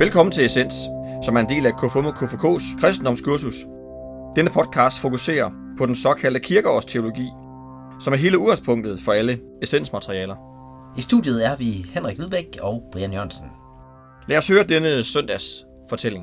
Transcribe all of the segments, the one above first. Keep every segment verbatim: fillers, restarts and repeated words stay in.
Velkommen til Essens, som er en del af K F U M og K F K's kristendomskursus. Denne podcast fokuserer på den såkaldte kirkeårsteologi, som er hele udgangspunktet for alle essensmaterialer. I studiet er vi Henrik Hvidbæk og Brian Jørgensen. Lad os høre denne søndags fortælling.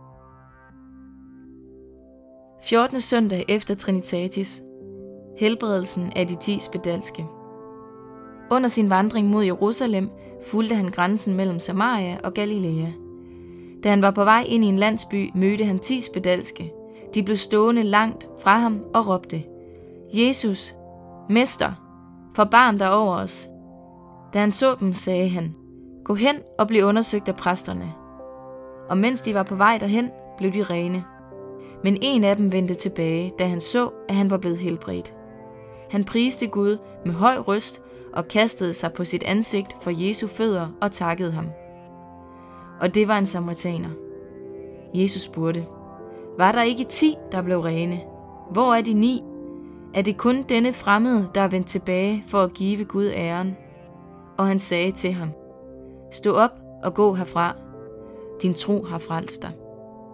fjortende søndag efter Trinitatis. Helbredelsen af de ti spedalske. Under sin vandring mod Jerusalem fulgte han grænsen mellem Samaria og Galilea. Da han var på vej ind i en landsby, mødte han ti spedalske. De blev stående langt fra ham og råbte: Jesus, Mester, forbarm dig over os. Da han så dem, sagde han: Gå hen og bliv undersøgt af præsterne. Og mens de var på vej derhen, blev de rene. Men en af dem vendte tilbage, da han så, at han var blevet helbredt. Han priste Gud med høj røst og kastede sig på sit ansigt for Jesu fødder og takkede ham. Og det var en samaritaner. Jesus spurgte: Var der ikke ti, der blev rene? Hvor er de ni? Er det kun denne fremmede, der er vendt tilbage for at give Gud æren? Og han sagde til ham: Stå op og gå herfra. Din tro har frelst dig.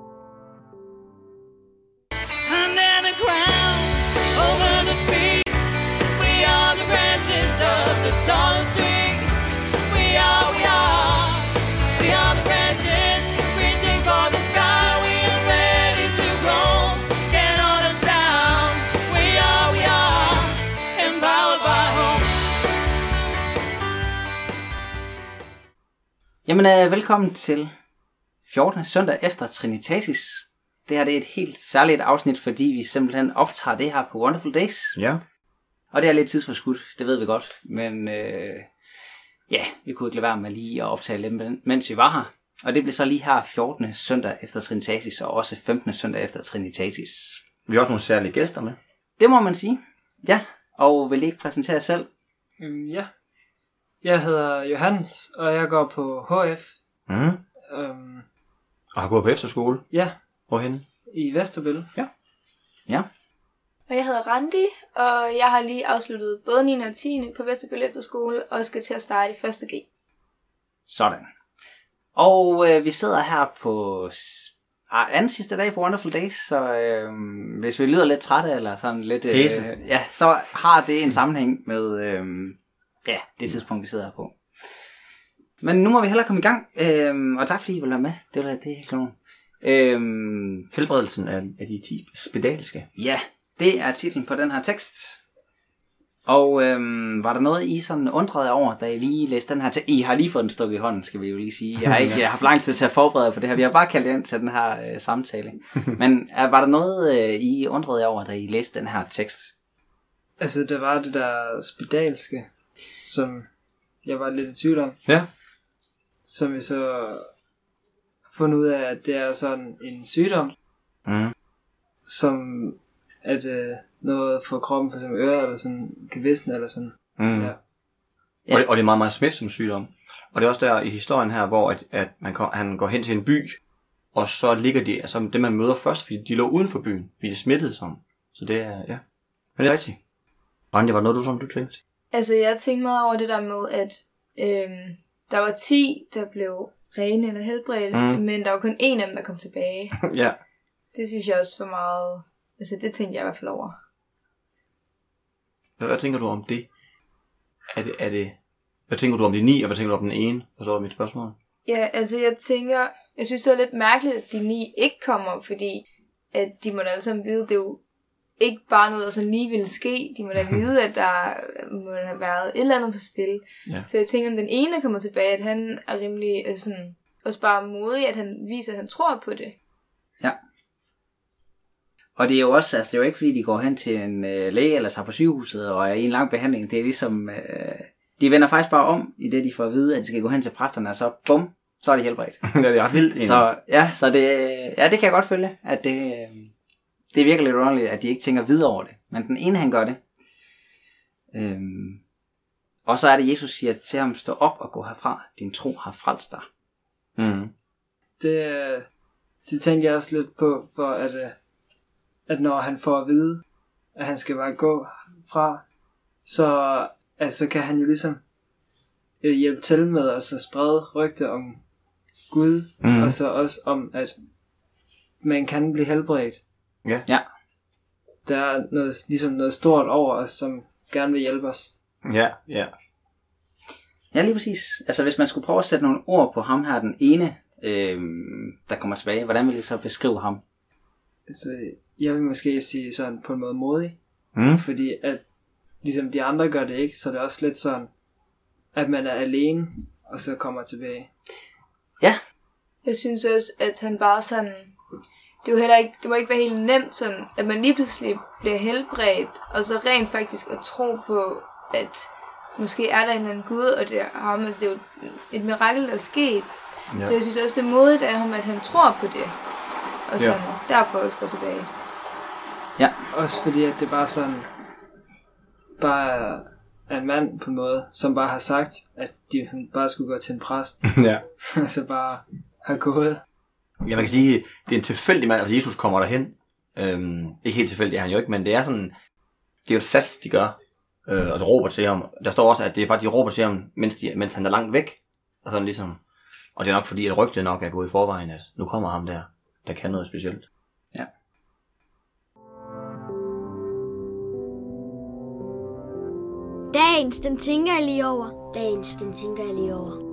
Jamen, øh, velkommen til fjortende søndag efter Trinitatis. Det her det er et helt særligt afsnit, fordi vi simpelthen optager det her på Wonderful Days. Ja. Og det er lidt tidsforskudt, det ved vi godt. Men øh, ja, vi kunne ikke lade være med lige at optage lidt, mens vi var her. Og det blev så lige her fjortende søndag efter Trinitatis, og også femtende søndag efter Trinitatis. Vi har også nogle særlige gæster med. Det må man sige. Ja, og vil I ikke præsentere jer selv? Mm, ja. Jeg hedder Johannes, og jeg går på H F. Mm. Øhm, Og har gået på efterskole. ja, Hvorhenne? i Vesterbølle. Ja. Ja. Og jeg hedder Randi, og jeg har lige afsluttet både niende og tiende på Vesterbølle Efterskole, og skal til at starte i første G. Sådan. Og øh, vi sidder her på s- ah, anden sidste dag på Wonderful Days, så øh, hvis vi lyder lidt trætte eller sådan lidt... Øh, Hæse. ja, så har det en sammenhæng med øh, ja, det tidspunkt, vi sidder her på. Men nu må vi hellere komme i gang, øh, og tak fordi I vil være med. Det var det er helt kanon. Øh, Helbredelsen af, af de ti spedalske. ja, det er titlen på den her tekst. Og øhm, var der noget, I sådan undrede jer over, da I lige læste den her tekst? I har lige fået den stukket i hånden, skal vi jo lige sige. Jeg har ikke jeg har haft lang tid til at forberede jer på det her. Vi har bare kaldt ind til den her øh, samtale. Men er, var der noget, øh, I undrede jer over, da I læste den her tekst? Altså, der var det der spedalske, som jeg var lidt i tvivl om. Ja. Som vi så har fundet ud af, at det er sådan en sygdom, Mm. som at øh, noget for kroppen, for eksempel ører, eller sådan, kan visne, eller sådan. Mm. Ja. Ja. Og, det, og det er meget, meget smitsom sygdom. Og det er også der i historien her, hvor at, at man kom, han går hen til en by, og så ligger de, altså det man møder først, fordi de lå uden for byen, fordi de smittede sådan. Så det er, ja. Men det er rigtigt. Randi, var det noget, du, som du tænkte? Altså, jeg tænkte meget over det der med, at øhm, der var ti, der blev rene eller helbredt, Mm. men der var kun en af dem, der kom tilbage. Ja. Det synes jeg også var meget... Altså, det tænkte jeg i hvert fald over. Hvad, hvad tænker du om det? Er det, er det... Hvad tænker du om de ni, og hvad tænker du om den ene? Forstår du mit spørgsmål? Ja, altså, jeg tænker... Jeg synes, det er lidt mærkeligt, at de ni ikke kommer, fordi at de må da alle sammen vide, det er jo ikke bare noget, der sådan lige ville ske. De må da vide, at der må have været et eller andet på spil. Ja. Så jeg tænker, om den ene kommer tilbage, at han er rimelig øh, sådan, også bare modig, at han viser, at han tror på det. Ja. Og det er jo også, altså det er jo ikke fordi, de går hen til en øh, læge, eller tager på sygehuset, og er i en lang behandling. Det er ligesom, øh, de vender faktisk bare om, i det de får at vide, at de skal gå hen til præsterne, og så bum, så er de helbredt. Ja, det er ret vildt. Så ja, så det, ja, det kan jeg godt følge, at det, øh, det er virkelig lidt underligt, at de ikke tænker videre over det. Men den ene, han gør det. Øhm, og så er det, Jesus siger til ham, stå op og gå herfra, din tro har frelst dig. Mm. Det, øh, det tænkte jeg også lidt på, for at, øh, at når han får at vide, at han skal bare gå fra, så altså, kan han jo ligesom øh, hjælpe til med at altså, sprede rygte om Gud, Mm. og så også om, at man kan blive helbredt. Ja. Ja. Der er noget, ligesom noget stort over os, som gerne vil hjælpe os. Ja, ja. Ja, lige præcis. Altså, hvis man skulle prøve at sætte nogle ord på ham her, den ene, øh, der kommer tilbage, hvordan vil I så beskrive ham? Altså, jeg vil måske sige sådan på en måde modig, Mm. fordi at ligesom de andre gør det ikke, så det er også lidt sådan, at man er alene, og så kommer tilbage. Ja. Jeg synes også, at han bare sådan... Det var heller ikke, det må ikke være helt nemt sådan, at man lige pludselig bliver helbredt, og så rent faktisk at tro på, at måske er der en eller anden Gud, og det er ham, altså det er jo et mirakel, der er sket. Ja. Så jeg synes også, det er modigt af ham, at han tror på det. Og sådan, ja. Derfor også går tilbage. Ja. Også fordi, at det bare sådan, bare er en mand på en måde, som bare har sagt, at de, han bare skulle gå til en præst. Ja. Så bare har gået. Ja, man kan sige, det er en tilfældig mand, altså Jesus kommer derhen. Øhm, ikke helt tilfældig er han jo ikke, men det er sådan, det er jo et sats, de gør, øh, og de råber til ham. Der står også, at det er bare, de råber til ham, mens, de, mens han er langt væk. Og sådan ligesom, og det er nok fordi, at rygtet nok er gået i forvejen, at nu kommer ham der, der kan noget specielt. Ja. Dagens, den tænker jeg lige over. Dagens, den tænker jeg lige over.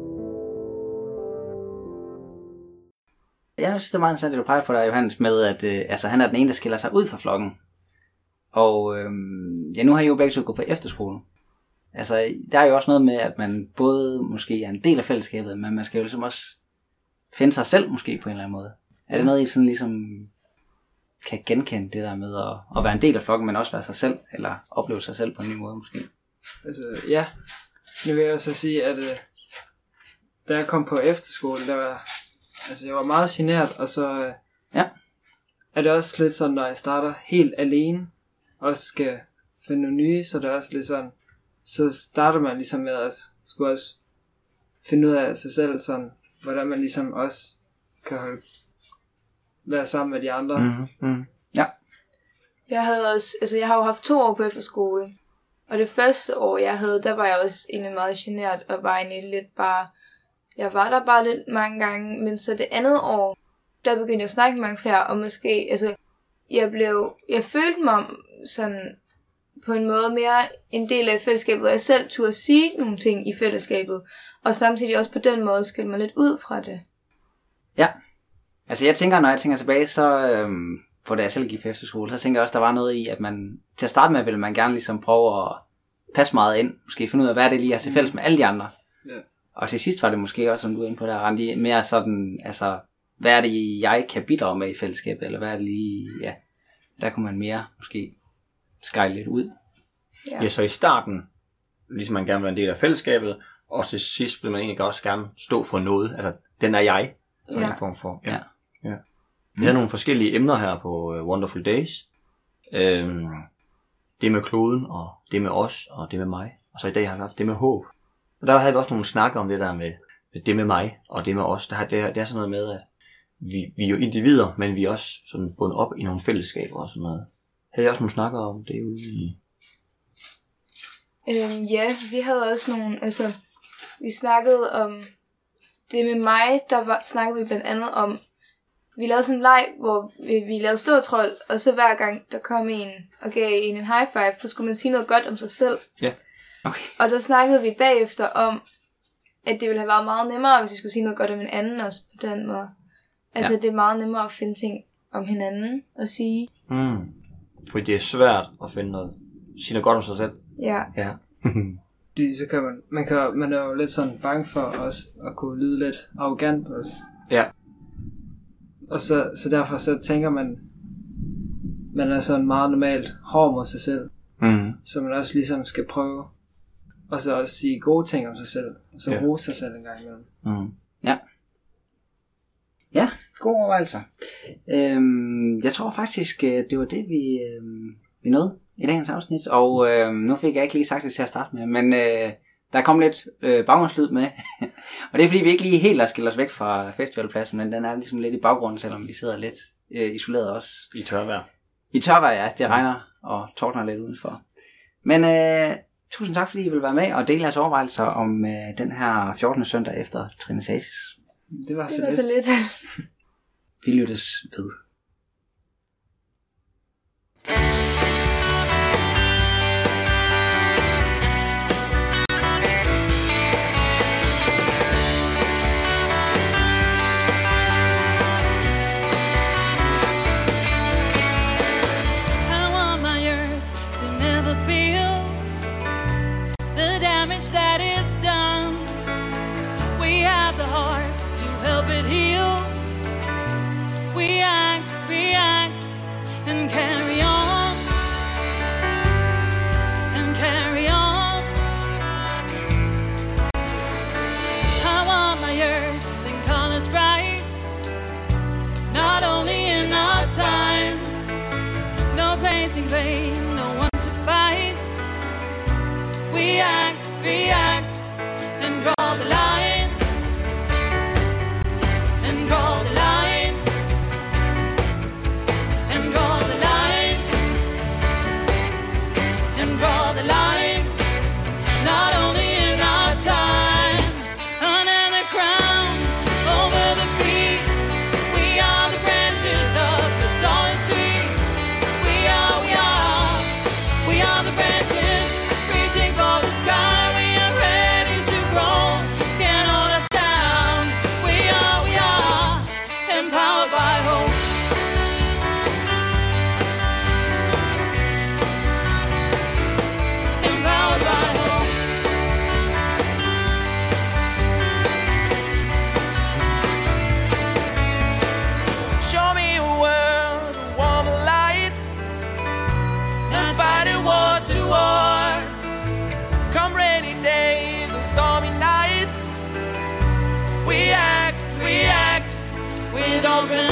Jeg synes, det er meget interessant, at du peger på dig, Johannes, med, at øh, altså, han er den ene, der skiller sig ud fra flokken. Og øh, ja, nu har I jo begge to gået på efterskole. Altså, der er jo også noget med, at man både måske er en del af fællesskabet, men man skal jo ligesom også finde sig selv måske på en eller anden måde. Er det noget, I sådan ligesom kan genkende det der med at, at være en del af flokken, men også være sig selv, eller opleve sig selv på en ny måde måske? Altså, ja. Nu vil jeg også sige, at øh, da jeg kom på efterskole, der var, altså jeg var meget genert, og så øh, Ja. er det også lidt sådan, når jeg starter helt alene, og skal finde nogle nye, så det er også lidt sådan, så starter man ligesom med at skulle også finde ud af sig selv, sådan, hvordan man ligesom også kan holde, være sammen med de andre. Mm-hmm. Mm. Jeg havde også, altså jeg har jo haft to år på efterskole. Og det første år, jeg havde, der var jeg også egentlig meget genert, og var egentlig lidt bare, jeg var der bare lidt mange gange, men så det andet år, der begyndte jeg at snakke med mange flere, og måske, altså, jeg blev, jeg følte mig sådan, på en måde mere en del af fællesskabet, hvor jeg selv turde sige nogle ting i fællesskabet, og samtidig også på den måde skille mig lidt ud fra det. Ja. Altså jeg tænker, når jeg tænker tilbage, så øhm, på da jeg selv gik på efterskole, så tænker jeg også, der var noget i, at man til at starte med ville man gerne ligesom prøve at passe meget ind, måske finde ud af, hvad det lige er til fælles med alle de andre. Ja. Og til sidst var det måske også, som du er inde på der, Randi, mere sådan, altså, hvad er det, jeg kan bidrage med i fællesskabet, eller hvad er det lige, ja, der kunne man mere måske skære lidt ud. Ja. Ja, så i starten, ligesom man gerne vil være en del af fællesskabet, og til sidst vil man egentlig også gerne stå for noget. Altså, den er jeg. Sådan Ja. en form for. Ja. Ja. Vi havde nogle forskellige emner her på uh, Wonderful Days. Øhm, det med kloden, og det med os, og det med mig. Og så i dag har vi haft det med håb. Og der havde vi også nogle snakker om det der med, med det med mig, og det med os. Der, det, er, det er sådan noget med, at vi, vi er jo individer, men vi er også sådan bundet op i nogle fællesskaber og sådan noget. Havde jeg også nogle snakker om det ude i... Øhm, ja, vi havde også nogle, altså, vi snakkede om det med mig, der var, snakkede vi blandt andet om, vi lavede sådan en leg, hvor vi, vi lavede stortrold, og så hver gang der kom en og gav en en high five, så skulle man sige noget godt om sig selv. Ja. Okay. Og der snakkede vi bagefter om, at det ville have været meget nemmere, hvis vi skulle sige noget godt om en anden også på den måde. Altså, Ja. det er meget nemmere at finde ting om hinanden og sige. Mm. Fordi det er svært at finde noget, sige noget godt om sig selv. Ja. Ja. Fordi så kan man, man, kan, man er jo lidt sådan bange for også at kunne lyde lidt arrogant også. Ja. Og så, så derfor så tænker man, man er sådan meget normalt hård mod sig selv. Mm. Så man også ligesom skal prøve, og så også sige gode ting om sig selv, og så Ja. rose sig selv en gang imellem. Mm. Ja. Ja, gode overvejelser. Øhm, jeg tror faktisk, øh, det var det, vi, øh, vi nåede i dagens afsnit. Og øh, nu fik jeg ikke lige sagt det til at starte med, men øh, der kom lidt øh, baggrundslyd med. Og det er fordi, vi ikke lige helt har skilt os væk fra festivalpladsen, men den er ligesom lidt i baggrunden, selvom vi sidder lidt øh, isoleret også. I tørvejr. I tørvejr, ja. Det regner og tordner lidt udenfor. Men øh, tusind tak, fordi I vil være med og dele jeres overvejelser om øh, den her fjortende søndag efter Trinitatis. Det var Det så var lidt. så lidt. Vi lyttes ved. I want my earth to never feel the damage that is done. We have the hearts to help it heal. We act, react, and carry on, and carry on. I want my earth in colors bright, not only in our time. No placing blame, no one to fight. We act, react, and draw the line, and draw the line, and draw the line, and draw the line. Not only in our time, under the crown, over the feet. We are the branches of the tallest tree. We are, we are, we are the branches reaching for the sky. We are ready to grow, can't hold us down. We are, we are, empowered by hope. Empowered by hope. Show me a world, a warmer light, Not fighting war to war. come rainy days and stormy nights. We act, react with open